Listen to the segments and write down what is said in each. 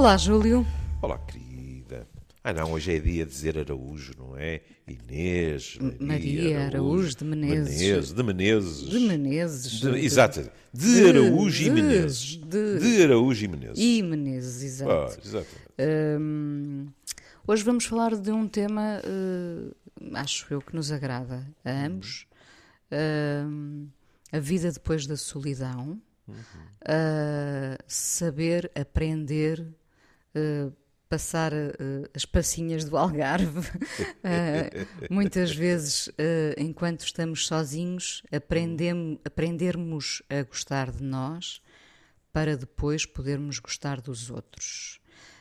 Olá, Júlio. Olá, querida. Não, hoje é dia de dizer Araújo, não é? Inês, Maria Araújo de Menezes. De Menezes. De Menezes. Exato. De Araújo e Menezes. De Araújo e Menezes. E Menezes, exato. Exatamente. Hoje vamos falar de um tema, acho eu, que nos agrada a ambos. A vida depois da solidão. Saber, aprender, passar as passinhas do Algarve. Muitas vezes, enquanto estamos sozinhos, aprendermos a gostar de nós para depois podermos gostar dos outros.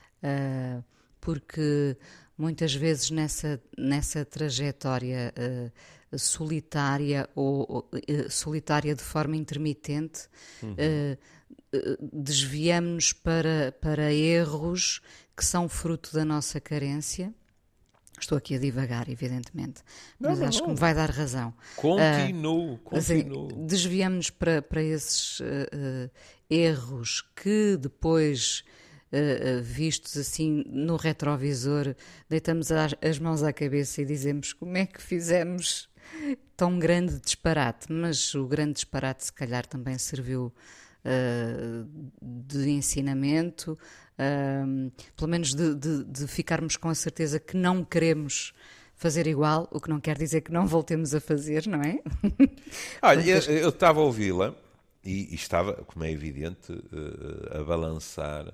Porque muitas vezes nessa trajetória solitária ou solitária de forma intermitente, desviamos-nos para erros que são fruto da nossa carência. Estou aqui a divagar, evidentemente, mas acho que me vai dar razão. Continuo. Assim, desviamos-nos para esses erros que depois, vistos assim no retrovisor, deitamos as mãos à cabeça e dizemos: como é que fizemos tão grande disparate? Mas o grande disparate, se calhar, também serviu de ensinamento, pelo menos de ficarmos com a certeza que não queremos fazer igual, o que não quer dizer que não voltemos a fazer, não é? Olha, eu estava a ouvi-la e estava, como é evidente, a balançar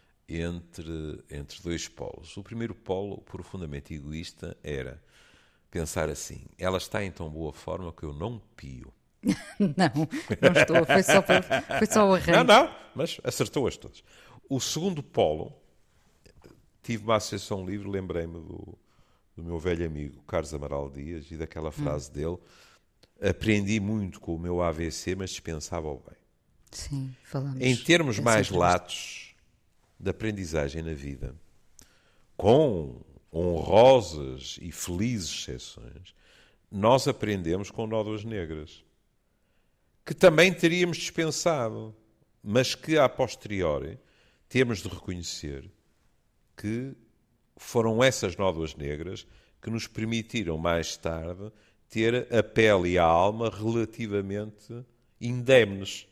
entre dois polos. O primeiro polo, profundamente egoísta, era pensar assim: ela está em tão boa forma que eu não pio. Não estou, foi só o arranque. Não, mas acertou-as todas. O segundo polo, tive uma associação livre, lembrei-me do meu velho amigo Carlos Amaral Dias e daquela frase dele: aprendi muito com o meu AVC, mas dispensava o bem. Sim, falamos. Em termos mais latos de aprendizagem na vida, com honrosas e felizes exceções, nós aprendemos com nódoas negras, que também teríamos dispensado, mas que, a posteriori, temos de reconhecer que foram essas nódoas negras que nos permitiram, mais tarde, ter a pele e a alma relativamente indemnes.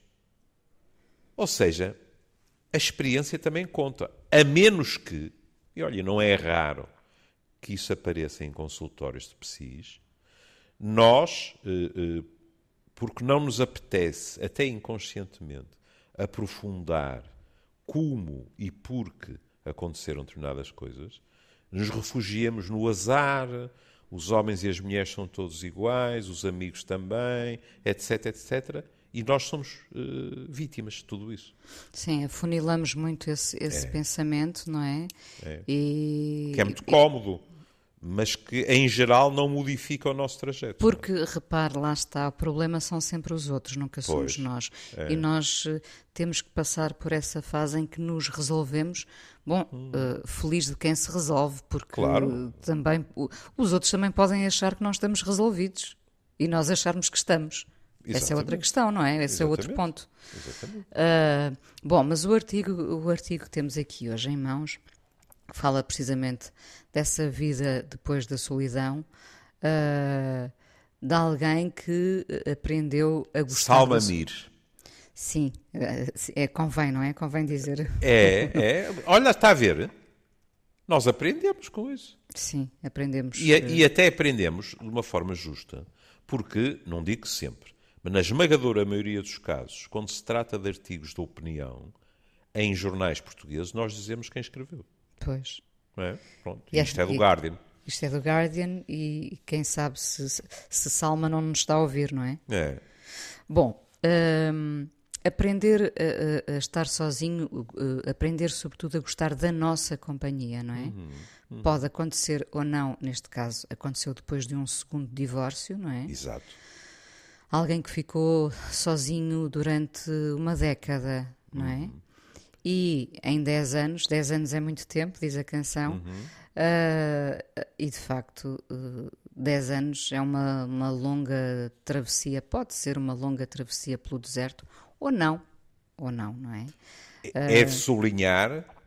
Ou seja, a experiência também conta, a menos que, e olha, não é raro que isso apareça em consultórios de psis, nós, porque não nos apetece, até inconscientemente, aprofundar como e porque aconteceram determinadas coisas, nos refugiamos no azar, os homens e as mulheres são todos iguais, os amigos também, etc, etc, e nós somos vítimas de tudo isso. Sim, afunilamos muito esse pensamento, não é? Que é muito cómodo, mas que, em geral, não modifica o nosso trajeto. Porque, repare, lá está, o problema são sempre os outros, nunca somos nós. E nós temos que passar por essa fase em que nos resolvemos. Bom, feliz de quem se resolve, porque também, os outros também podem achar que nós estamos resolvidos e nós acharmos que estamos. Exatamente. Essa é outra questão, não é? Esse é outro ponto. Exatamente. Bom, mas o artigo que temos aqui hoje em mãos fala precisamente dessa vida depois da solidão, de alguém que aprendeu a gostar. Salma Mir. Sim, convém, não é? Convém dizer. Olha, está a ver? Nós aprendemos com isso. Sim, aprendemos. E até aprendemos de uma forma justa, porque, não digo sempre, mas na esmagadora maioria dos casos, quando se trata de artigos de opinião em jornais portugueses, nós dizemos quem escreveu. Pois. Pronto. Isto é do Guardian. Isto é do Guardian e quem sabe se Salma não nos está a ouvir, não é? Bom, aprender a estar sozinho, aprender sobretudo a gostar da nossa companhia, não é? Pode acontecer ou não, neste caso, aconteceu depois de um segundo divórcio, não é? Exato. Alguém que ficou sozinho durante uma década, não é? E em 10 anos é muito tempo, diz a canção, e de facto 10 anos é uma longa travessia, pode ser uma longa travessia pelo deserto, ou não, não é? É de sublinhar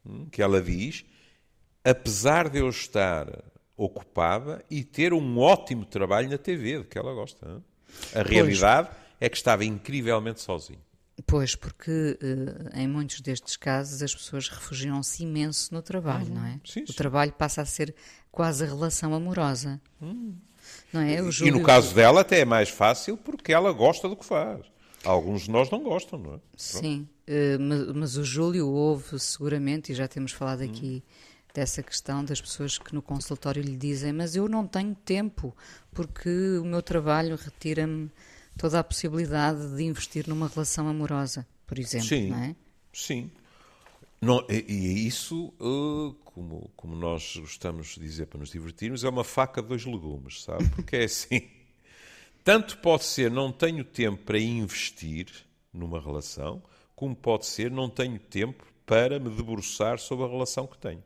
que ela diz, apesar de eu estar ocupada e ter um ótimo trabalho na TV, de que ela gosta. A realidade é que estava incrivelmente sozinha. Pois, porque em muitos destes casos as pessoas refugiam-se imenso no trabalho, não é? Sim, o trabalho passa a ser quase a relação amorosa. Não é? E no caso dela até é mais fácil porque ela gosta do que faz. Alguns de nós não gostam, não é? Sim, mas o Júlio ouve seguramente, e já temos falado aqui dessa questão das pessoas que no consultório lhe dizem: mas eu não tenho tempo porque o meu trabalho retira-me toda a possibilidade de investir numa relação amorosa, por exemplo, sim, não é? Sim. Não, e isso, como nós gostamos de dizer para nos divertirmos, é uma faca de dois legumes, sabe? Porque é assim, tanto pode ser não tenho tempo para investir numa relação, como pode ser não tenho tempo para me debruçar sobre a relação que tenho.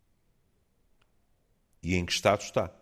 E em que estado está.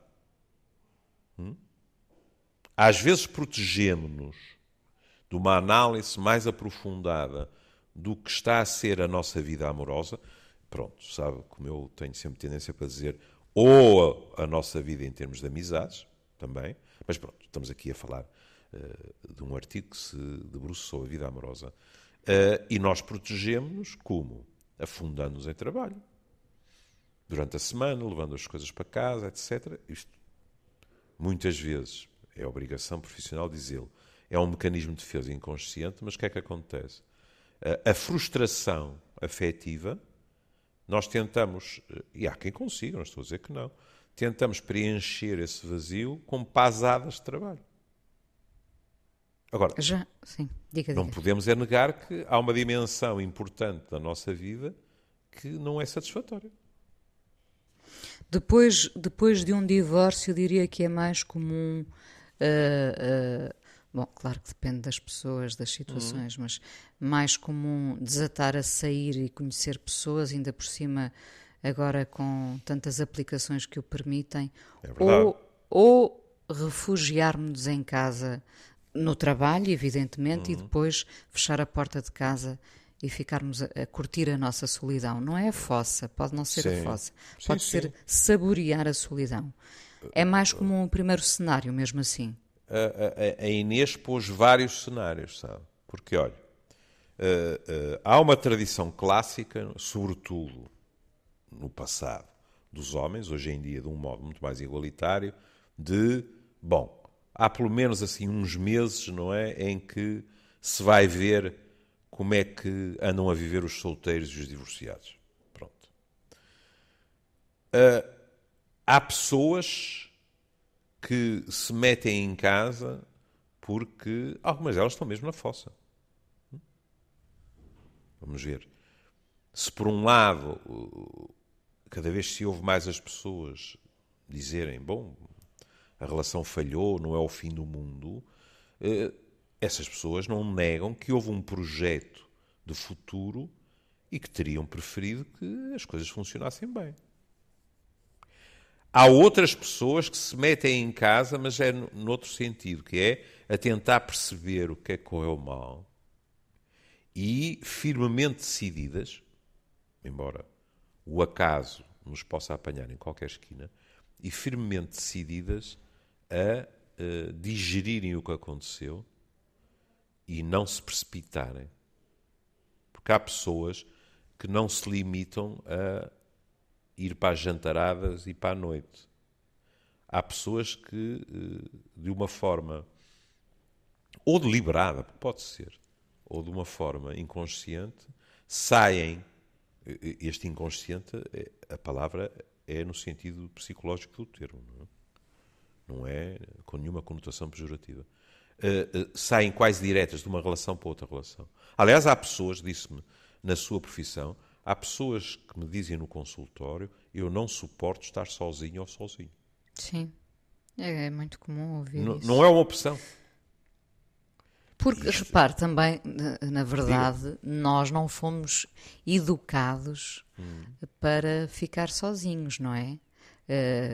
Às vezes protegemos-nos de uma análise mais aprofundada do que está a ser a nossa vida amorosa. Pronto, sabe, como eu tenho sempre tendência para dizer, ou a nossa vida em termos de amizades, também, mas pronto, estamos aqui a falar de um artigo que se debruça sobre a vida amorosa. E nós protegemos-nos como? Afundando-nos em trabalho. Durante a semana, levando as coisas para casa, etc. Isto, muitas vezes, é obrigação profissional dizê-lo. É um mecanismo de defesa inconsciente, mas o que é que acontece? A frustração afetiva, nós tentamos, e há quem consiga, não estou a dizer que não, tentamos preencher esse vazio com pasadas de trabalho. Agora, sim. Diga. Podemos é negar que há uma dimensão importante da nossa vida que não é satisfatória. Depois de um divórcio, eu diria que é mais comum, bom, claro que depende das pessoas, das situações, mas mais comum desatar a sair e conhecer pessoas, ainda por cima agora com tantas aplicações que o permitem, ou refugiar-nos em casa no trabalho, evidentemente, e depois fechar a porta de casa e ficarmos a curtir a nossa solidão. Não é a fossa, pode não ser a fossa, pode ser saborear a solidão. É mais comum o primeiro cenário, mesmo assim. A Inês pôs vários cenários, sabe? Porque, olha, há uma tradição clássica, sobretudo no passado, dos homens, hoje em dia de um modo muito mais igualitário, bom, há pelo menos assim uns meses, não é, em que se vai ver como é que andam a viver os solteiros e os divorciados. Pronto. Há pessoas que se metem em casa porque algumas delas estão mesmo na fossa. Vamos ver. Se por um lado, cada vez se ouve mais as pessoas dizerem, bom, a relação falhou, não é o fim do mundo, essas pessoas não negam que houve um projeto de futuro e que teriam preferido que as coisas funcionassem bem. Há outras pessoas que se metem em casa, mas é noutro sentido, que é a tentar perceber o que é que correu mal e firmemente decididas, embora o acaso nos possa apanhar em qualquer esquina, e firmemente decididas a digerirem o que aconteceu e não se precipitarem. Porque há pessoas que não se limitam a ir para as jantaradas e para a noite. Há pessoas que, de uma forma, ou deliberada, pode ser, ou de uma forma inconsciente, saem. Este inconsciente, a palavra é no sentido psicológico do termo, não é com nenhuma conotação pejorativa. Saem quase diretas de uma relação para outra relação. Aliás, há pessoas, disse-me, na sua profissão, há pessoas que me dizem no consultório, eu não suporto estar sozinho ou sozinho. Sim, é muito comum ouvir isso. Não é uma opção. Porque, repare, também, na verdade, nós não fomos educados para ficar sozinhos, não é?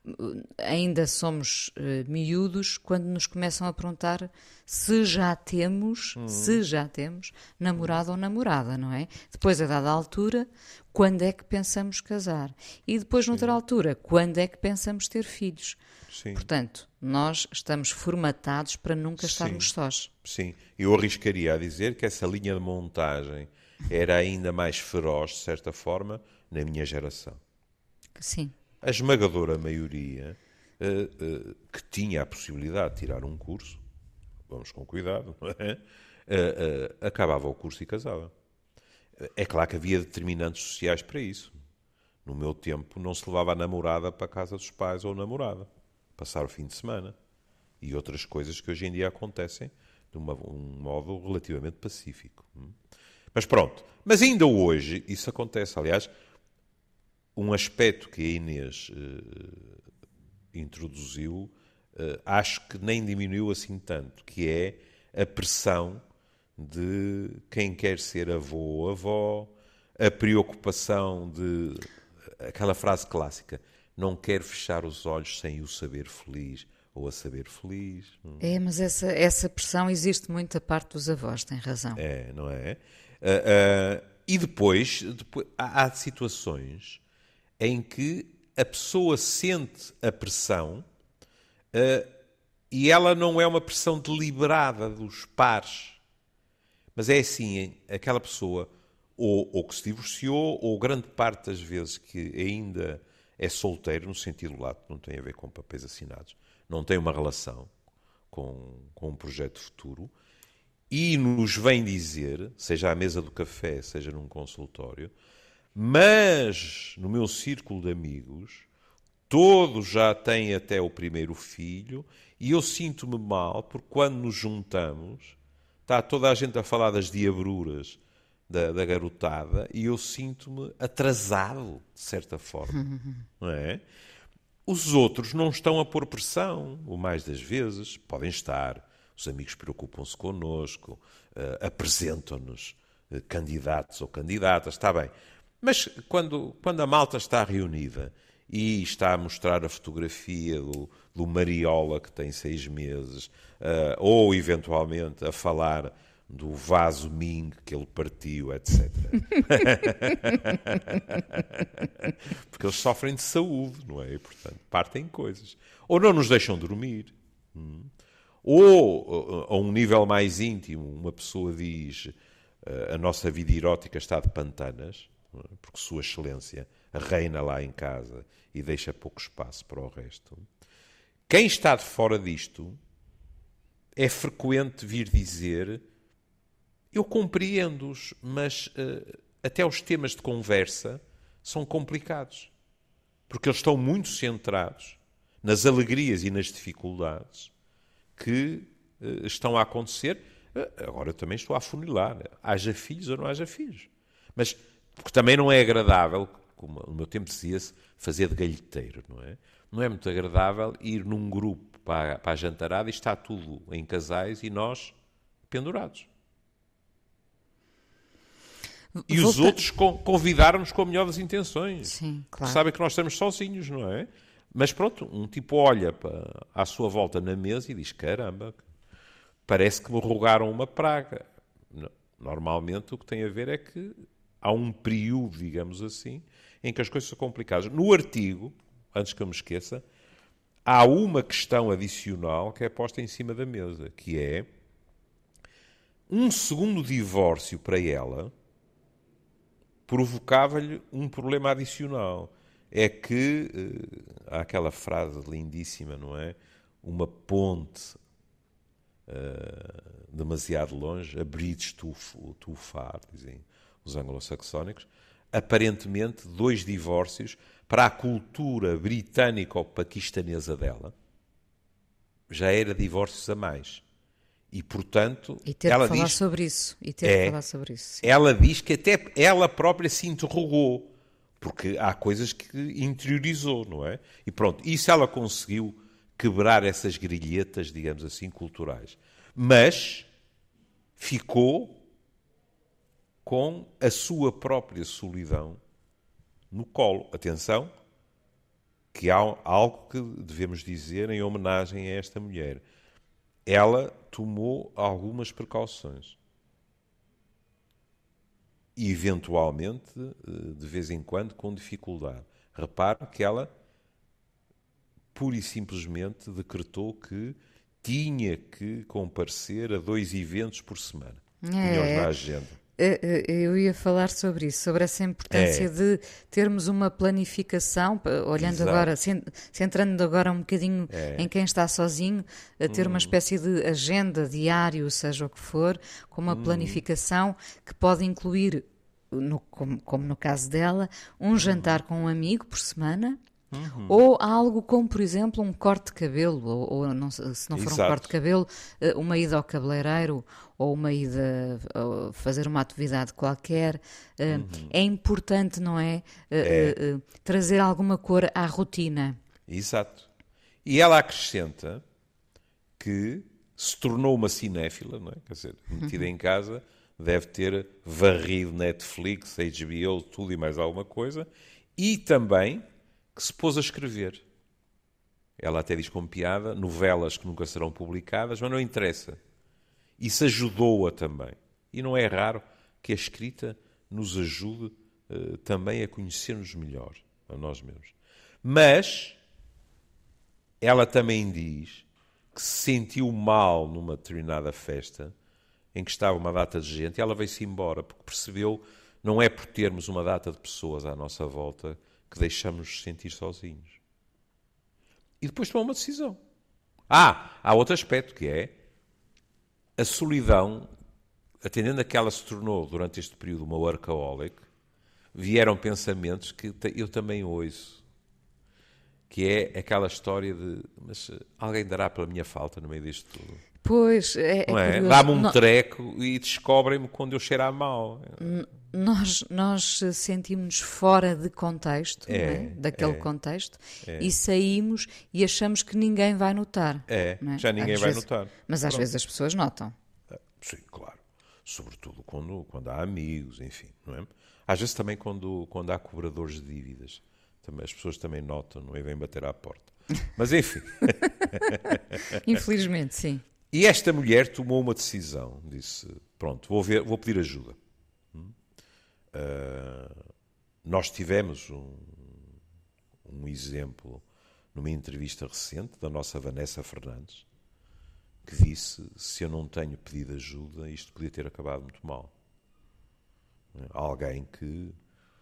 ainda somos miúdos quando nos começam a perguntar se já temos namorado ou namorada, não é? Depois, a dada altura, quando é que pensamos casar? E depois, noutra altura, quando é que pensamos ter filhos? Sim. Portanto, nós estamos formatados para nunca estarmos sós. Sim, eu arriscaria a dizer que essa linha de montagem era ainda mais feroz, de certa forma, na minha geração. Sim. A esmagadora maioria que tinha a possibilidade de tirar um curso, vamos com cuidado, não é? Acabava o curso e casava. É claro que havia determinantes sociais para isso. No meu tempo não se levava a namorada para a casa dos pais ou a namorada, passar o fim de semana. E outras coisas que hoje em dia acontecem de um modo relativamente pacífico. Mas pronto. Mas ainda hoje isso acontece. Aliás, um aspecto que a Inês introduziu, acho que nem diminuiu assim tanto, que é a pressão de quem quer ser avô ou avó, a preocupação de... aquela frase clássica, não quero fechar os olhos sem o saber feliz ou a saber feliz. É, mas essa pressão existe muito da parte dos avós, tem razão. É, não é? E depois há situações em que a pessoa sente a pressão e ela não é uma pressão deliberada dos pares, mas é assim, aquela pessoa ou que se divorciou ou grande parte das vezes que ainda é solteiro, no sentido lato, não tem a ver com papéis assinados, não tem uma relação com um projeto futuro e nos vem dizer, seja à mesa do café, seja num consultório, mas no meu círculo de amigos todos já têm até o primeiro filho e eu sinto-me mal porque quando nos juntamos está toda a gente a falar das diabruras da garotada e eu sinto-me atrasado, de certa forma. Não é? Os outros não estão a pôr pressão, ou mais das vezes, podem estar. Os amigos preocupam-se connosco, apresentam-nos candidatos ou candidatas, está bem. Mas quando a malta está reunida e está a mostrar a fotografia do Mariola que tem 6 meses, ou eventualmente a falar do vaso Ming que ele partiu, etc. Porque eles sofrem de saúde, não é? E, portanto, partem coisas. Ou não nos deixam dormir. Ou, a um nível mais íntimo, uma pessoa diz a nossa vida erótica está de pantanas, porque Sua Excelência reina lá em casa e deixa pouco espaço para o resto. Quem está de fora disto é frequente vir dizer eu compreendo-os, mas até os temas de conversa são complicados. Porque eles estão muito centrados nas alegrias e nas dificuldades que estão a acontecer. Agora eu também estou a afunilar. Haja filhos ou não haja filhos. Mas porque também não é agradável, como no meu tempo dizia-se, fazer de galheteiro, não é? Não é muito agradável ir num grupo para a jantarada e está tudo em casais e nós pendurados. E os outros convidaram-nos com a melhor das intenções. Sim, claro. Sabem que nós estamos sozinhos, não é? Mas pronto, um tipo olha à sua volta na mesa e diz, caramba, parece que me rogaram uma praga. Normalmente o que tem a ver é que há um período, digamos assim, em que as coisas são complicadas. No artigo, antes que eu me esqueça, há uma questão adicional que é posta em cima da mesa, que é um segundo divórcio para ela provocava-lhe um problema adicional. É que, há aquela frase lindíssima, não é? Uma ponte demasiado longe, a bridge too far, dizem os anglo-saxónicos. Aparentemente, 2 divórcios para a cultura britânica ou paquistanesa dela. Já era divórcios a mais. E, portanto, e ter ela que falar diz, sobre isso. E ter que falar sobre isso. Sim. Ela diz que até ela própria se interrogou, porque há coisas que interiorizou, não é? E pronto, isso ela conseguiu quebrar essas grilhetas, digamos assim, culturais. Mas ficou com a sua própria solidão no colo. Atenção, que há algo que devemos dizer em homenagem a esta mulher. Ela tomou algumas precauções. E, eventualmente, de vez em quando, com dificuldade. Repare que ela, pura e simplesmente, decretou que tinha que comparecer a 2 eventos por semana. Punha-os na agenda. Eu ia falar sobre isso, sobre essa importância de termos uma planificação, olhando Exato. agora, centrando agora um bocadinho em quem está sozinho, a ter uma espécie de agenda, diário, seja o que for, com uma planificação que pode incluir, como no caso dela, um jantar com um amigo por semana. Ou algo como, por exemplo, um corte de cabelo, ou não, se não for um corte de cabelo, uma ida ao cabeleireiro, ou uma ida fazer uma atividade qualquer. É importante, não é? Trazer alguma cor à rotina. Exato. E ela acrescenta que se tornou uma cinéfila, não é? Quer dizer, metida em casa, deve ter varrido Netflix, HBO, tudo e mais alguma coisa, e também que se pôs a escrever. Ela até diz com piada, novelas que nunca serão publicadas, mas não interessa. Isso ajudou-a também. E não é raro que a escrita nos ajude também a conhecer-nos melhor, a nós mesmos. Mas ela também diz que se sentiu mal numa determinada festa em que estava uma data de gente e ela veio-se embora, porque percebeu, não é por termos uma data de pessoas à nossa volta que deixamos-nos sentir sozinhos. E depois tomou uma decisão. Há outro aspecto, que é a solidão, atendendo a que ela se tornou durante este período uma workaholic, vieram pensamentos que eu também ouço, que é aquela história de, mas alguém dará pela minha falta no meio disto tudo? Pois, não é? Dá-me um treco e descobrem-me quando eu cheiro a mal. Nós sentimos-nos fora de contexto, não é? Daquele contexto, e saímos e achamos que ninguém vai notar. Não é? Já ninguém vai notar. Mas às vezes as pessoas notam. Sim, claro. Sobretudo quando há amigos, enfim. Não é? Às vezes também quando há cobradores de dívidas. Também, as pessoas também notam, não é? Vêm bater à porta. Mas enfim. Infelizmente, sim. E esta mulher tomou uma decisão. Disse, pronto, vou pedir ajuda. Nós tivemos um exemplo numa entrevista recente da nossa Vanessa Fernandes, que disse, se eu não tenho pedido ajuda, isto podia ter acabado muito mal. Alguém que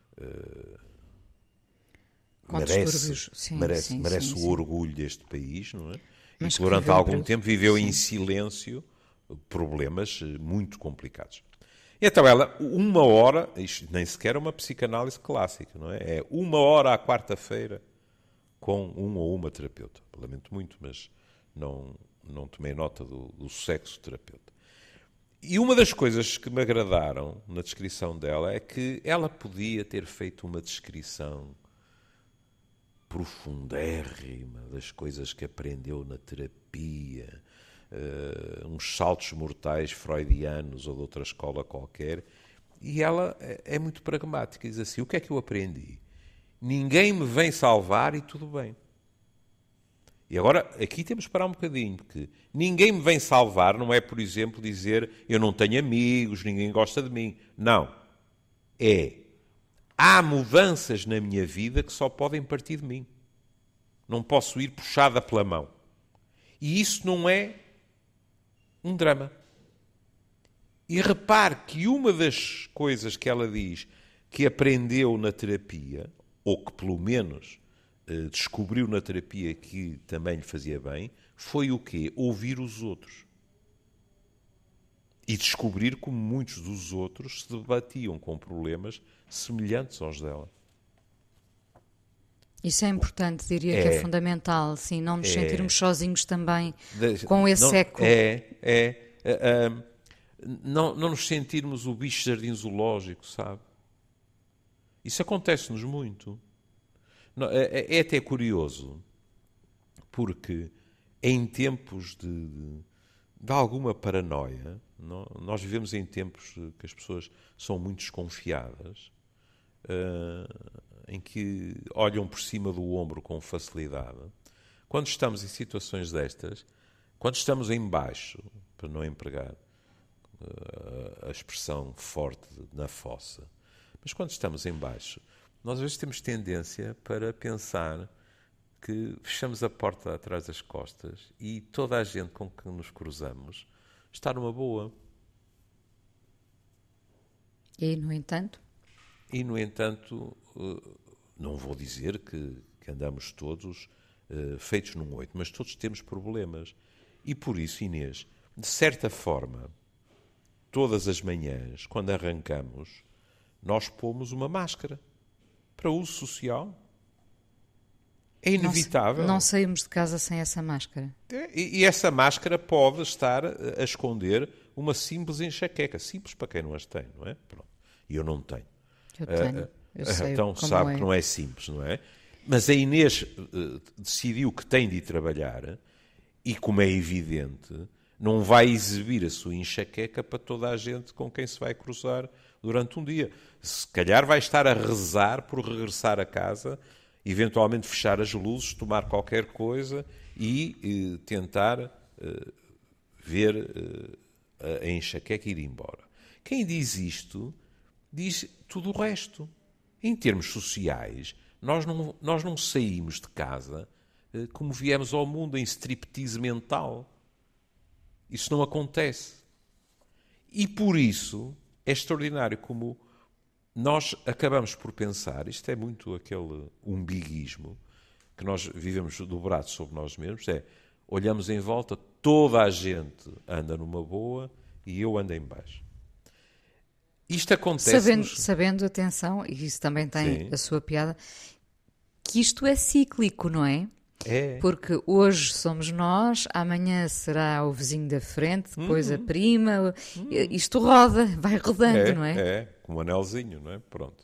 merece o orgulho deste país, não é? Mas e que durante algum tempo viveu em silêncio problemas muito complicados. E então ela, 1 hora, isto nem sequer é uma psicanálise clássica, não é? É 1 hora à quarta-feira com um ou uma terapeuta. Lamento muito, mas não tomei nota do sexo terapeuta. E uma das coisas que me agradaram na descrição dela é que ela podia ter feito uma descrição profundérrima das coisas que aprendeu na terapia, uns saltos mortais freudianos ou de outra escola qualquer, e ela é muito pragmática, diz assim, o que é que eu aprendi? Ninguém me vem salvar e tudo bem. E agora, aqui temos que parar um bocadinho, porque ninguém me vem salvar não é, por exemplo, dizer eu não tenho amigos, ninguém gosta de mim. Não. Há mudanças na minha vida que só podem partir de mim. Não posso ir puxada pela mão. E isso não é um drama. E repare que uma das coisas que ela diz que aprendeu na terapia, ou que pelo menos descobriu na terapia que também lhe fazia bem, foi o quê? Ouvir os outros. E descobrir como muitos dos outros se debatiam com problemas semelhantes aos dela. Isso é importante, diria que é fundamental, sim, não nos sentirmos sozinhos também com esse eco. Não nos sentirmos o bicho jardim zoológico, sabe? Isso acontece-nos muito. É até curioso, porque em tempos de alguma paranoia, nós vivemos em tempos que as pessoas são muito desconfiadas, em que olham por cima do ombro com facilidade. Quando estamos em situações destas, quando estamos em baixo, para não empregar a expressão forte na fossa, mas quando estamos em baixo, nós às vezes temos tendência para pensar que fechamos a porta atrás das costas e toda a gente com que nos cruzamos está numa boa. E, no entanto? E, no entanto, não vou dizer que andamos todos feitos num 8, mas todos temos problemas. E por isso, Inês, de certa forma, todas as manhãs, quando arrancamos, nós pomos uma máscara para uso social. É inevitável. Não saímos de casa sem essa máscara. E essa máscara pode estar a esconder uma simples enxaqueca. Simples para quem não as tem, não é? Pronto. E eu não tenho. Eu tenho. Eu sei então como sabe é. que não é simples, não é? Mas a Inês decidiu que tem de ir trabalhar e, como é evidente, não vai exibir a sua enxaqueca para toda a gente com quem se vai cruzar durante um dia. Se calhar vai estar a rezar por regressar a casa, eventualmente fechar as luzes, tomar qualquer coisa e tentar ver a enxaqueca ir embora. Quem diz isto, diz tudo o resto. Em termos sociais, nós não saímos de casa como viemos ao mundo, em striptease mental. Isso não acontece. E por isso é extraordinário como nós acabamos por pensar, isto é muito aquele umbiguismo, que nós vivemos dobrado sobre nós mesmos, olhamos em volta, toda a gente anda numa boa e eu ando em baixo. Isto acontece... Sabendo, atenção, e isso também tem Sim. a sua piada, que isto é cíclico, não é? É. Porque hoje somos nós, amanhã será o vizinho da frente, depois a prima, isto roda, vai rodando, não é? É, como um anelzinho, não é? Pronto.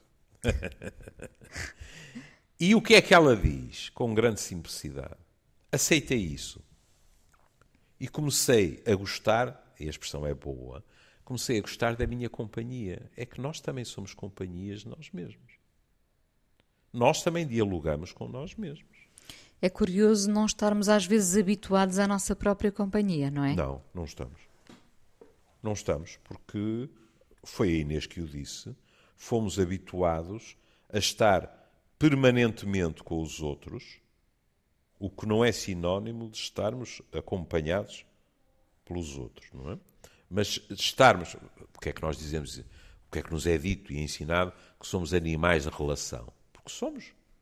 E o que é que ela diz? Com grande simplicidade. Aceitei isso. E comecei a gostar, e a expressão é boa, comecei a gostar da minha companhia. É que nós também somos companhias de nós mesmos. Nós também dialogamos com nós mesmos. É curioso não estarmos às vezes habituados à nossa própria companhia, não é? Não, não estamos. Não estamos, porque foi a Inês que o disse, fomos habituados a estar permanentemente com os outros, o que não é sinónimo de estarmos acompanhados pelos outros, não é? Mas estarmos... Porque é que nós dizemos, o que é que nos é dito e ensinado que somos animais de relação? Porque somos.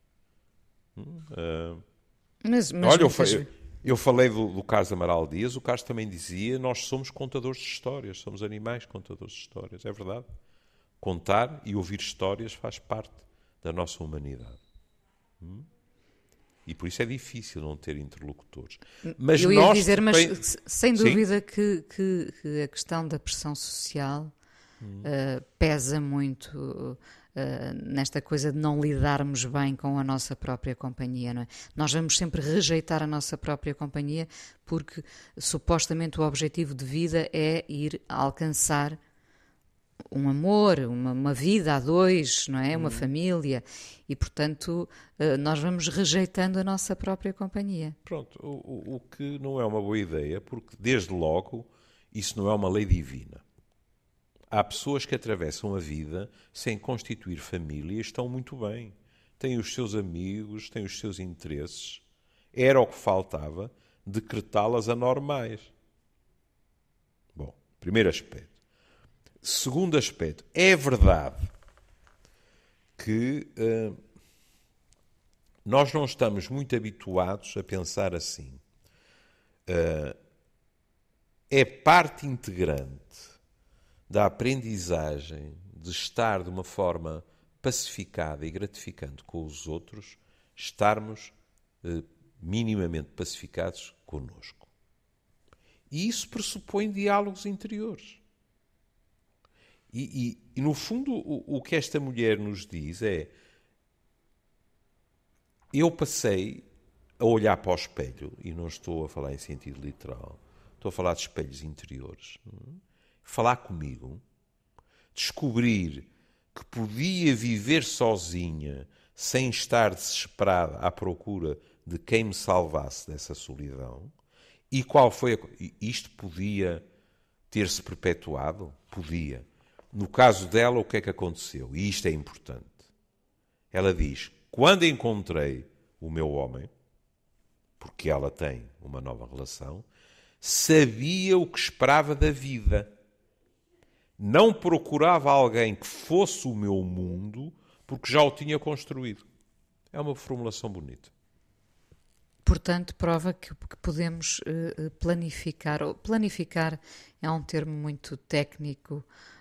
Mas Olha, eu falei do Carlos Amaral Dias, o Carlos também dizia, nós somos contadores de histórias, somos animais contadores de histórias, é verdade. Contar e ouvir histórias faz parte da nossa humanidade. E por isso é difícil não ter interlocutores. Mas eu ia nós dizer, mas sem dúvida Sim? que a questão da pressão social pesa muito nesta coisa de não lidarmos bem com a nossa própria companhia, não é? Nós vamos sempre rejeitar a nossa própria companhia porque supostamente o objetivo de vida é ir alcançar um amor, uma vida a dois, não é? Uma família. E, portanto, nós vamos rejeitando a nossa própria companhia. Pronto, o que não é uma boa ideia, porque, desde logo, isso não é uma lei divina. Há pessoas que atravessam a vida sem constituir família e estão muito bem. Têm os seus amigos, têm os seus interesses. Era o que faltava, decretá-las anormais. Bom, primeiro aspecto. Segundo aspecto, é verdade que nós não estamos muito habituados a pensar assim. É parte integrante da aprendizagem de estar de uma forma pacificada e gratificante com os outros, estarmos minimamente pacificados connosco. E isso pressupõe diálogos interiores. E no fundo, o que esta mulher nos diz é: eu passei a olhar para o espelho, e não estou a falar em sentido literal, estou a falar de espelhos interiores, falar comigo, descobrir que podia viver sozinha sem estar desesperada à procura de quem me salvasse dessa solidão. E qual foi isto podia ter-se perpetuado? Podia. No caso dela, o que é que aconteceu? E isto é importante. Ela diz, quando encontrei o meu homem, porque ela tem uma nova relação, sabia o que esperava da vida. Não procurava alguém que fosse o meu mundo, porque já o tinha construído. É uma formulação bonita. Portanto, prova que podemos planificar. Planificar é um termo muito técnico.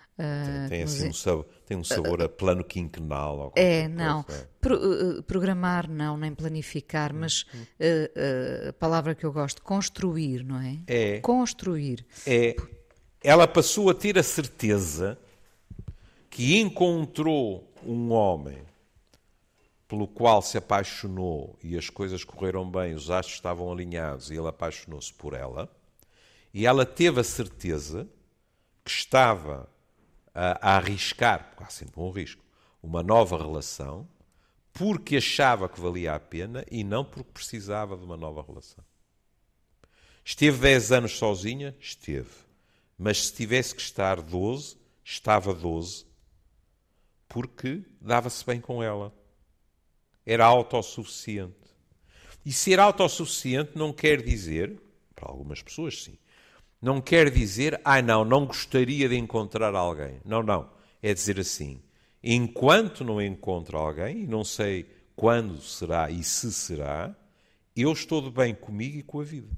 Tem um sabor a plano quinquenal. Não. Programar não, nem planificar, mas a palavra que eu gosto, construir, não é? Construir. Ela passou a ter a certeza que encontrou um homem pelo qual se apaixonou e as coisas correram bem, os astros estavam alinhados e ele apaixonou-se por ela, e ela teve a certeza que estava a arriscar, porque há sempre um risco, uma nova relação, porque achava que valia a pena e não porque precisava de uma nova relação. Esteve 10 anos sozinha? Esteve. Mas se tivesse que estar 12, estava 12, porque dava-se bem com ela. Era autossuficiente. E ser autossuficiente não quer dizer, para algumas pessoas sim, não quer dizer, não gostaria de encontrar alguém. Não. É dizer assim, enquanto não encontro alguém, e não sei quando será e se será, eu estou de bem comigo e com a vida.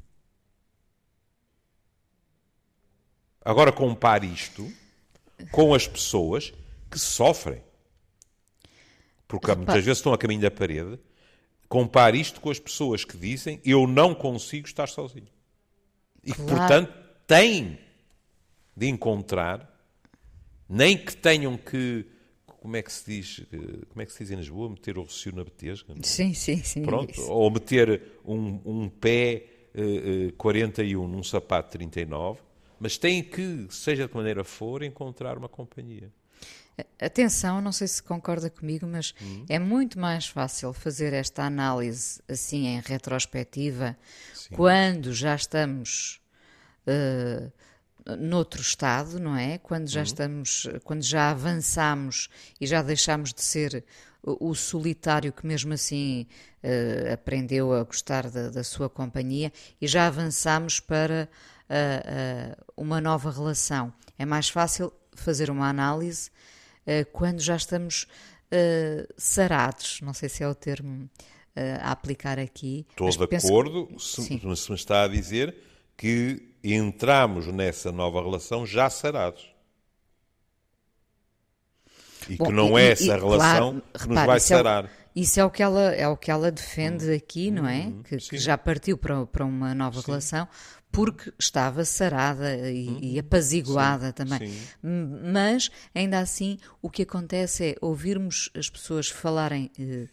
Agora compare isto com as pessoas que sofrem. Porque muitas vezes estão a caminho da parede. Compare isto com as pessoas que dizem eu não consigo estar sozinho. E que, portanto, têm de encontrar, nem que tenham que, como é que se diz em Lisboa? Meter o rocio na betesga? Sim. Pronto. Ou meter um pé 41 num sapato 39, mas têm que, seja de que maneira for, encontrar uma companhia. Atenção, não sei se concorda comigo, mas é muito mais fácil fazer esta análise assim em retrospectiva, quando já estamos noutro estado, não é? Quando já avançamos e já deixamos de ser o solitário que mesmo assim aprendeu a gostar da sua companhia e já avançamos para uma nova relação. É mais fácil fazer uma análise quando já estamos sarados, não sei se é o termo a aplicar aqui. Estou de acordo, se me está a dizer que entramos nessa nova relação já sarados. E que não é essa relação que nos vai sarar. Isso é o que ela defende aqui, não é? Que já partiu para uma nova relação porque estava sarada e apaziguada também. Mas, ainda assim, o que acontece é ouvirmos as pessoas falarem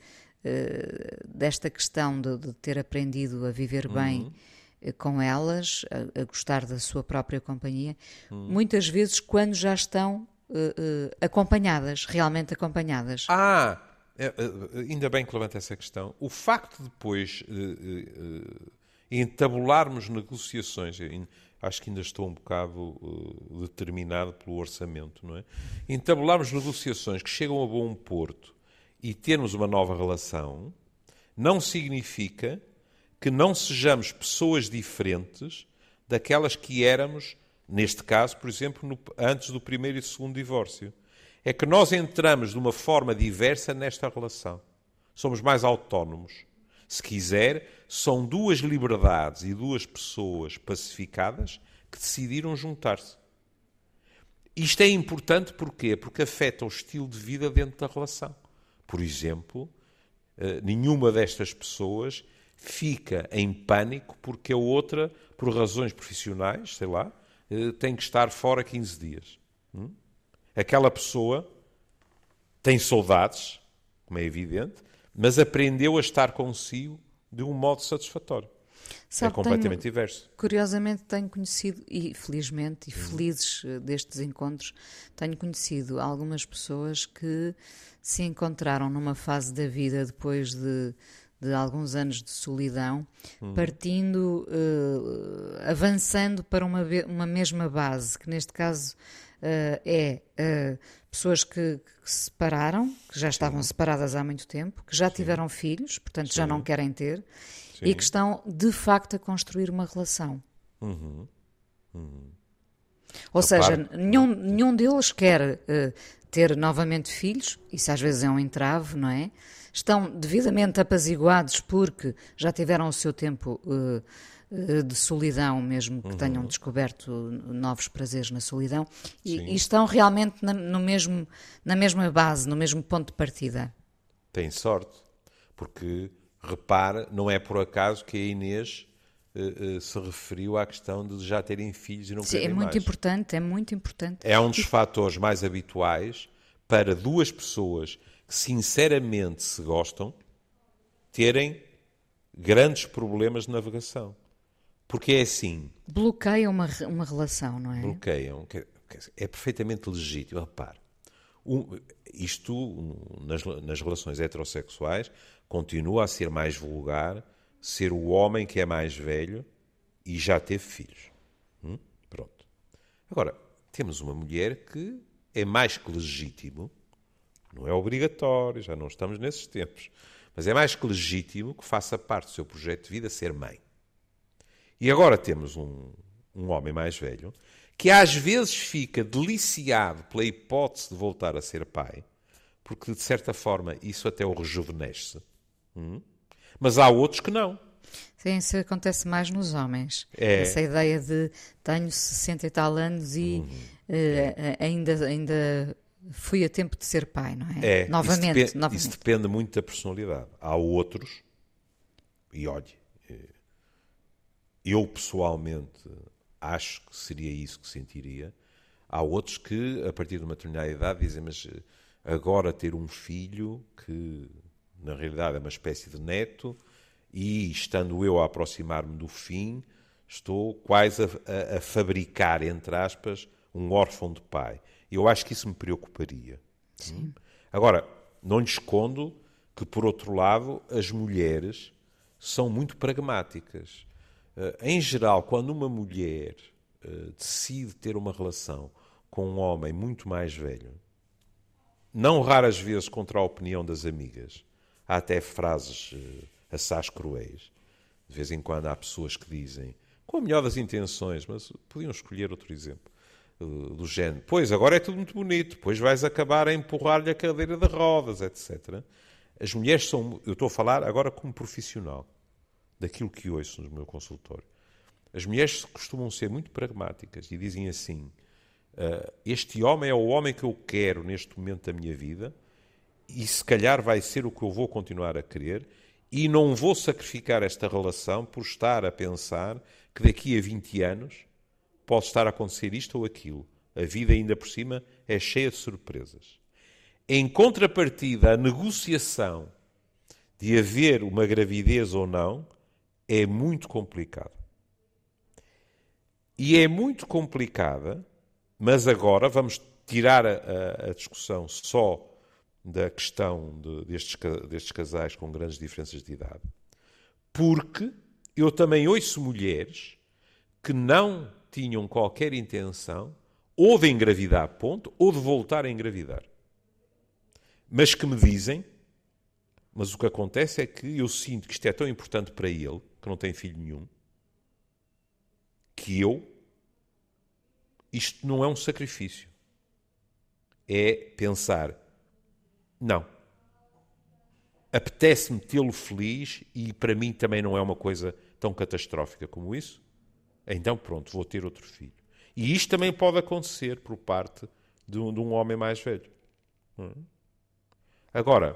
desta questão de ter aprendido a viver bem com elas, a gostar da sua própria companhia, muitas vezes quando já estão acompanhadas, realmente acompanhadas. Ainda bem que levanta essa questão. O facto de depois entabularmos negociações, acho que ainda estou um bocado determinado pelo orçamento, não é? Entabularmos negociações que chegam a bom porto e termos uma nova relação, não significa que não sejamos pessoas diferentes daquelas que éramos, neste caso, por exemplo, antes do primeiro e segundo divórcio. É que nós entramos de uma forma diversa nesta relação. Somos mais autónomos. Se quiser, são duas liberdades e duas pessoas pacificadas que decidiram juntar-se. Isto é importante porquê? Porque afeta o estilo de vida dentro da relação. Por exemplo, nenhuma destas pessoas fica em pânico porque a outra, por razões profissionais, sei lá, tem que estar fora 15 dias. Aquela pessoa tem saudades, como é evidente, mas aprendeu a estar consigo de um modo satisfatório. É completamente diverso. Curiosamente tenho conhecido, e felizmente, e felizes destes encontros, tenho conhecido algumas pessoas que se encontraram numa fase da vida depois de alguns anos de solidão, partindo, avançando para uma mesma base, que neste caso pessoas que se separaram, que já estavam separadas há muito tempo, que já tiveram filhos, portanto já não querem ter, e que estão de facto a construir uma relação. Ou seja, nenhum deles quer ter novamente filhos, isso às vezes é um entrave, não é? Estão devidamente apaziguados porque já tiveram o seu tempo de solidão, mesmo que tenham descoberto novos prazeres na solidão, e estão realmente na mesma base, no mesmo ponto de partida. Tem sorte, porque, repara, não é por acaso que a Inês se referiu à questão de já terem filhos e não quererem mais. É muito importante, é muito importante. É um dos fatores mais habituais para duas pessoas que sinceramente se gostam terem grandes problemas de navegação. Porque é assim... Bloqueiam uma relação, não é? Bloqueiam. É perfeitamente legítimo. Repare, isto, nas relações heterossexuais, continua a ser mais vulgar ser o homem que é mais velho e já teve filhos. Pronto. Agora, temos uma mulher que é mais que legítimo, não é obrigatório, já não estamos nesses tempos, mas é mais que legítimo que faça parte do seu projeto de vida ser mãe. E agora temos um homem mais velho que às vezes fica deliciado pela hipótese de voltar a ser pai, porque de certa forma isso até o rejuvenesce. Mas há outros que não. Sim, isso acontece mais nos homens. Essa ideia de tenho 60 e tal anos e ainda fui a tempo de ser pai, não é? Novamente. Isso depende muito da personalidade. Há outros, e olhe, eu pessoalmente acho que seria isso que sentiria. Há outros que, a partir de uma determinada idade, dizem, mas agora ter um filho que, na realidade, é uma espécie de neto, e estando eu a aproximar-me do fim, estou quase a fabricar, entre aspas, um órfão de pai. Eu acho que isso me preocuparia. Sim. Agora, não lhe escondo que, por outro lado, as mulheres são muito pragmáticas. Em geral, quando uma mulher decide ter uma relação com um homem muito mais velho, não raras vezes contra a opinião das amigas, há até frases assaz cruéis. De vez em quando há pessoas que dizem, com a melhor das intenções, mas podiam escolher outro exemplo, do género, pois agora é tudo muito bonito, pois vais acabar a empurrar-lhe a cadeira de rodas, etc. As mulheres são, eu estou a falar agora como profissional, daquilo que ouço no meu consultório. As mulheres costumam ser muito pragmáticas e dizem assim, este homem é o homem que eu quero neste momento da minha vida e se calhar vai ser o que eu vou continuar a querer e não vou sacrificar esta relação por estar a pensar que daqui a 20 anos pode estar a acontecer isto ou aquilo. A vida ainda por cima é cheia de surpresas. Em contrapartida, a negociação de haver uma gravidez ou não é muito complicada. E é muito complicada, mas agora vamos tirar a discussão só da questão destes casais com grandes diferenças de idade, porque eu também ouço mulheres que não tinham qualquer intenção ou de engravidar, ponto, ou de voltar a engravidar. Mas que me dizem, mas o que acontece é que eu sinto que isto é tão importante para ele, que não tem filho nenhum, que isto não é um sacrifício. É pensar, não, apetece-me tê-lo feliz e para mim também não é uma coisa tão catastrófica como isso, então pronto, vou ter outro filho. E isto também pode acontecer por parte de um homem mais velho. Agora,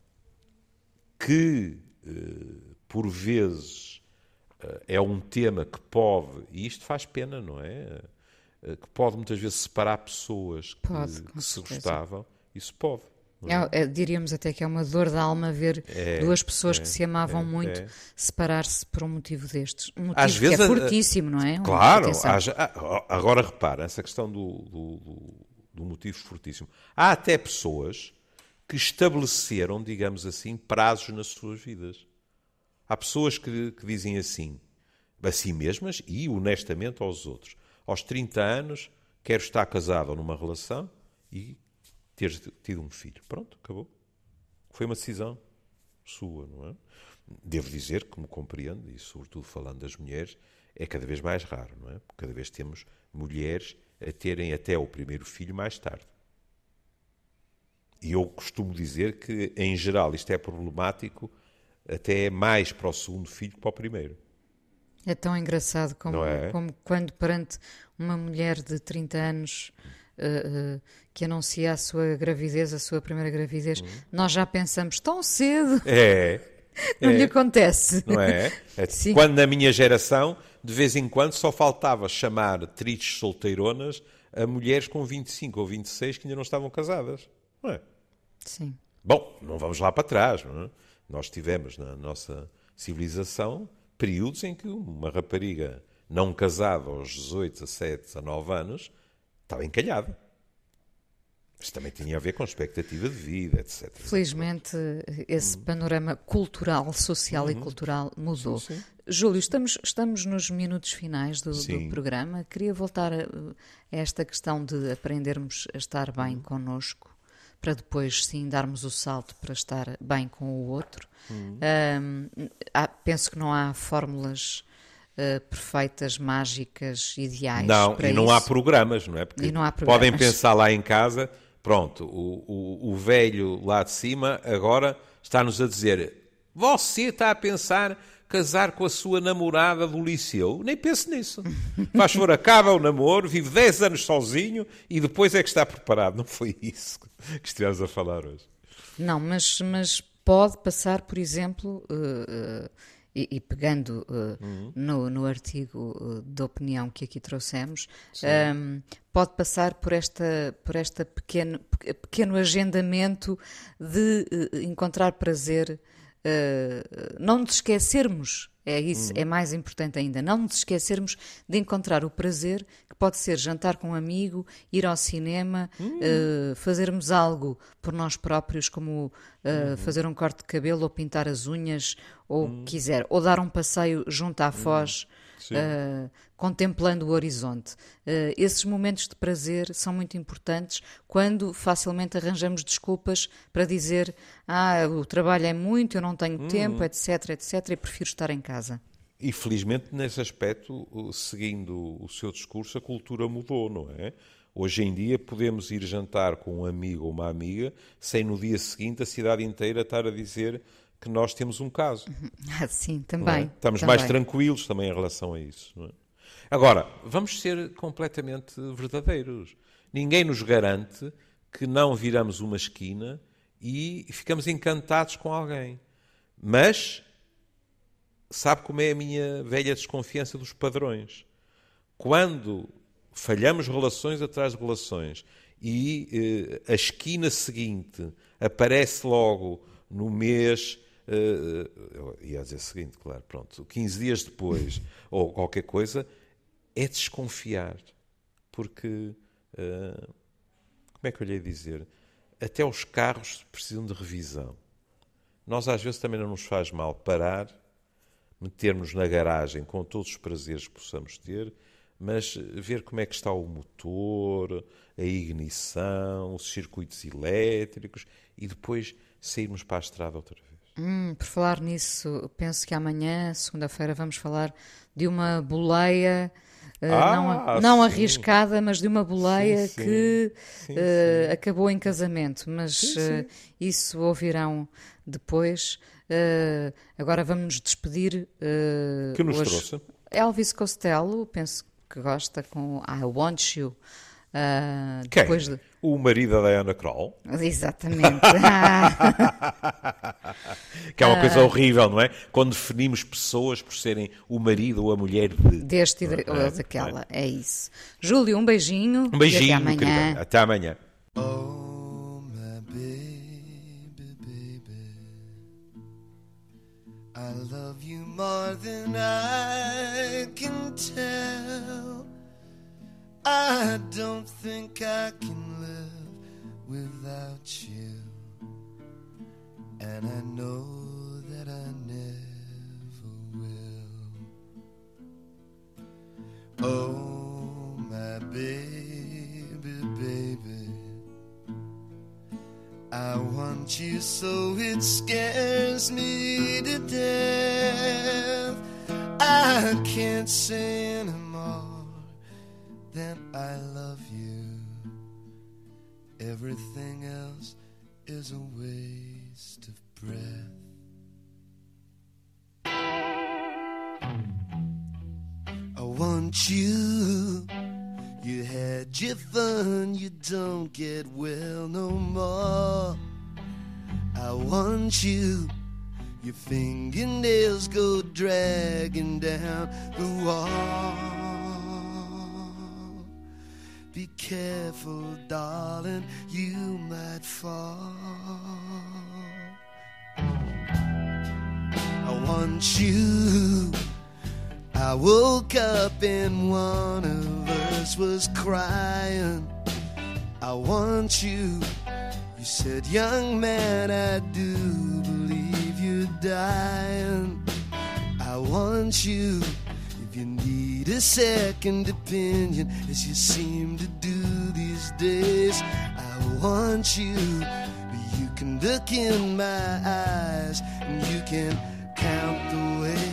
que por vezes é um tema que pode, e isto faz pena, não é? Que pode muitas vezes separar pessoas que se gostavam, isso pode. Diríamos até que é uma dor da alma ver duas pessoas que se amavam muito separar-se por um motivo destes. Um motivo às vezes, que é fortíssimo, não é? Claro. Agora repara, essa questão do motivo fortíssimo. Há até pessoas que estabeleceram, digamos assim, prazos nas suas vidas. Há pessoas que dizem assim, a si mesmas e honestamente aos outros. Aos 30 anos, quero estar casado ou numa relação e ter tido um filho. Pronto, acabou. Foi uma decisão sua, não é? Devo dizer que me compreendo, e sobretudo falando das mulheres, é cada vez mais raro, não é? Porque cada vez temos mulheres a terem até o primeiro filho mais tarde. E eu costumo dizer que, em geral, isto é problemático até mais para o segundo filho que para o primeiro. É tão engraçado como quando perante uma mulher de 30 anos que anuncia a sua gravidez, a sua primeira gravidez, nós já pensamos tão cedo. Não lhe acontece. Não é? Quando na minha geração, de vez em quando, só faltava chamar tristes solteironas a mulheres com 25 ou 26 que ainda não estavam casadas. Não é? Sim. Bom, não vamos lá para trás. Não é? Nós tivemos na nossa civilização períodos em que uma rapariga não casada aos 18, 17, 19 anos estava encalhada. Isto também tinha a ver com expectativa de vida, etc. Felizmente, esse panorama cultural, social e cultural mudou. Sim. Júlio, estamos nos minutos finais do programa. Queria voltar a esta questão de aprendermos a estar bem connosco, para depois, sim, darmos o salto para estar bem com o outro. Penso que não há fórmulas perfeitas, mágicas, ideais. Não, para e não há programas, não é? Porque podem pensar lá em casa, pronto, o velho lá de cima agora está-nos a dizer: você está a pensar casar com a sua namorada do liceu? Nem pense nisso. Faz favor, acaba o namoro, vive 10 anos sozinho e depois é que está preparado. Não foi isso que estivemos a falar hoje. Não, mas pode passar, por exemplo, e pegando no artigo de opinião que aqui trouxemos, pode passar por este pequeno agendamento de encontrar prazer. Não nos esquecermos, é isso, é mais importante ainda, não nos esquecermos de encontrar o prazer, que pode ser jantar com um amigo, ir ao cinema, fazermos algo por nós próprios, como fazer um corte de cabelo ou pintar as unhas, ou quiser, ou dar um passeio junto à foz, contemplando o horizonte. Esses momentos de prazer são muito importantes quando facilmente arranjamos desculpas para dizer o trabalho é muito, eu não tenho tempo, etc, e prefiro estar em casa. E felizmente nesse aspecto, seguindo o seu discurso, a cultura mudou, não é? Hoje em dia podemos ir jantar com um amigo ou uma amiga sem no dia seguinte a cidade inteira estar a dizer que nós temos um caso. Sim, também. Estamos mais tranquilos também em relação a isso. Não é? Agora, vamos ser completamente verdadeiros. Ninguém nos garante que não viramos uma esquina e ficamos encantados com alguém. Mas, sabe como é a minha velha desconfiança dos padrões? Quando falhamos relações atrás de relações e a esquina seguinte aparece logo no mês... eu ia dizer o seguinte, claro, pronto, 15 dias depois, ou qualquer coisa, é desconfiar. Porque, como é que eu lhe ia dizer? Até os carros precisam de revisão. Nós, às vezes, também não nos faz mal parar, metermos na garagem com todos os prazeres que possamos ter, mas ver como é que está o motor, a ignição, os circuitos elétricos e depois sairmos para a estrada outra vez. Por falar nisso, penso que amanhã, segunda-feira, vamos falar de uma boleia, não arriscada, mas de uma boleia que acabou em casamento. Mas isso ouvirão depois. Agora vamos nos despedir. Que nos trouxe? Elvis Costello, penso que gosta, com I Want You. Depois o marido da Diana Krall. Exatamente. Que é uma coisa horrível, não é? Quando definimos pessoas por serem o marido ou a mulher deste ou daquela. É isso. Júlio, um beijinho. Um beijinho, e até amanhã. Querida. Até amanhã. Oh, my baby. more than I can tell. I don't think I can live without you, and I know that I never will. Oh, my baby, baby, I want you so it scares me to death. I can't say anymore that I love you. Everything else is a waste of breath. I want you. You had your fun, you don't get well no more. I want you. Your fingernails go dragging down the wall. Be careful, darling, you might fall. I want you. I woke up and one of us was crying. I want you. You said, young man, I do believe you're dying. I want you. If you need a second opinion, as you seem to do these days, I want you. You can look in my eyes and you can count the ways.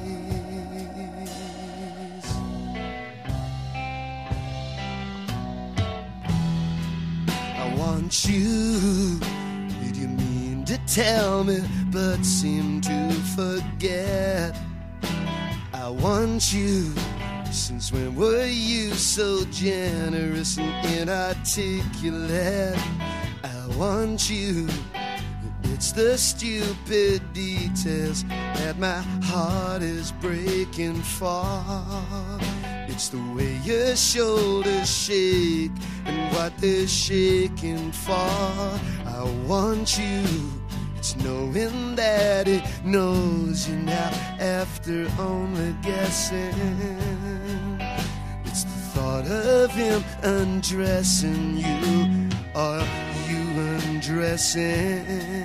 I want you. Did you mean to tell me but seem to forget? I want you. Since when were you so generous and inarticulate? I want you. It's the stupid details that my heart is breaking for. It's the way your shoulders shake and what they're shaking for. I want you. It's knowing that it knows you now after only guessing. It's the thought of him undressing you or you undressing.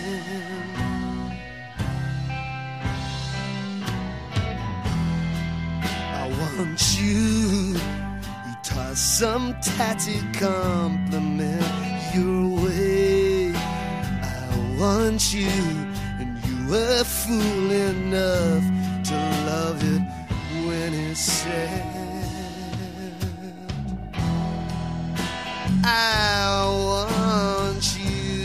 I want you. He tossed some tatty compliment your way. I want you, and you were fool enough to love it when it said, I want you.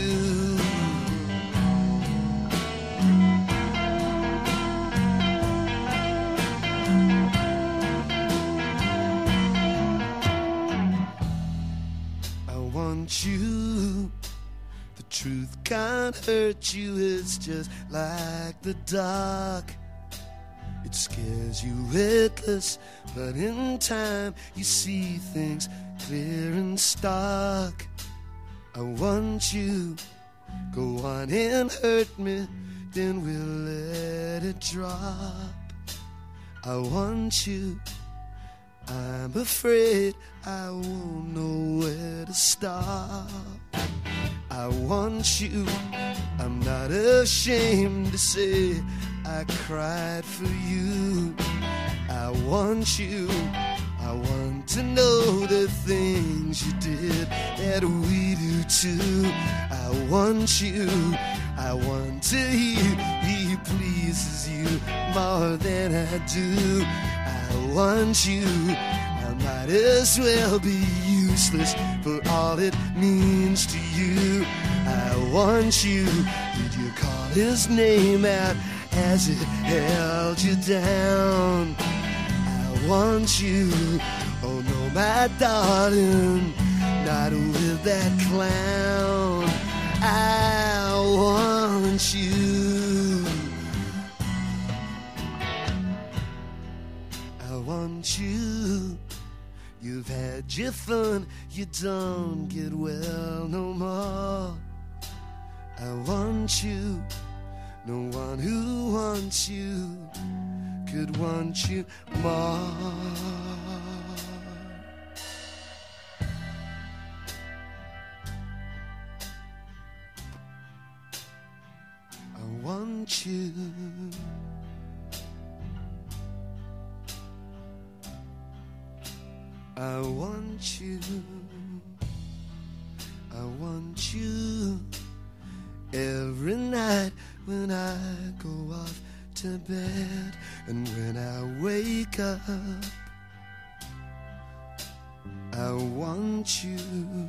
I want you. The truth can't hurt you, it's just like the dark. It scares you witless, but in time you see things clear and stark. I want you. Go on and hurt me, then we'll let it drop. I want you. I'm afraid I won't know where to stop. I want you. I'm not ashamed to say I cried for you. I want you. I want to know the things you did that we do too. I want you. I want to hear he pleases you more than I do. I want you. I might as well be useless for all it means to you. I want you. Did you call his name out as it held you down? I want you. Oh no, my darling, not with that clown. I want you. I want you. You've had your fun, you don't get well no more. I want you. No one who wants you could want you more. I want you. I want you. I want you every night when I go off to bed and when I wake up. I want you.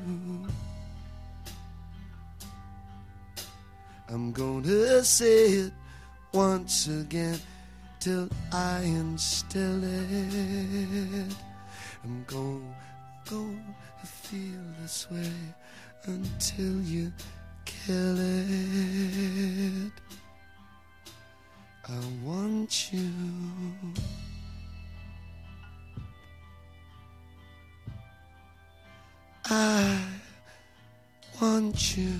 I'm gonna say it once again till I instill it. I'm gonna feel this way until you kill it. I want you. I want you.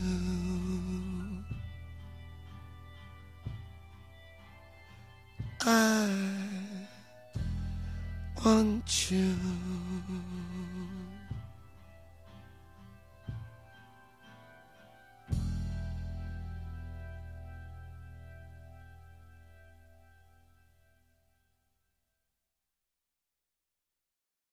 I want you.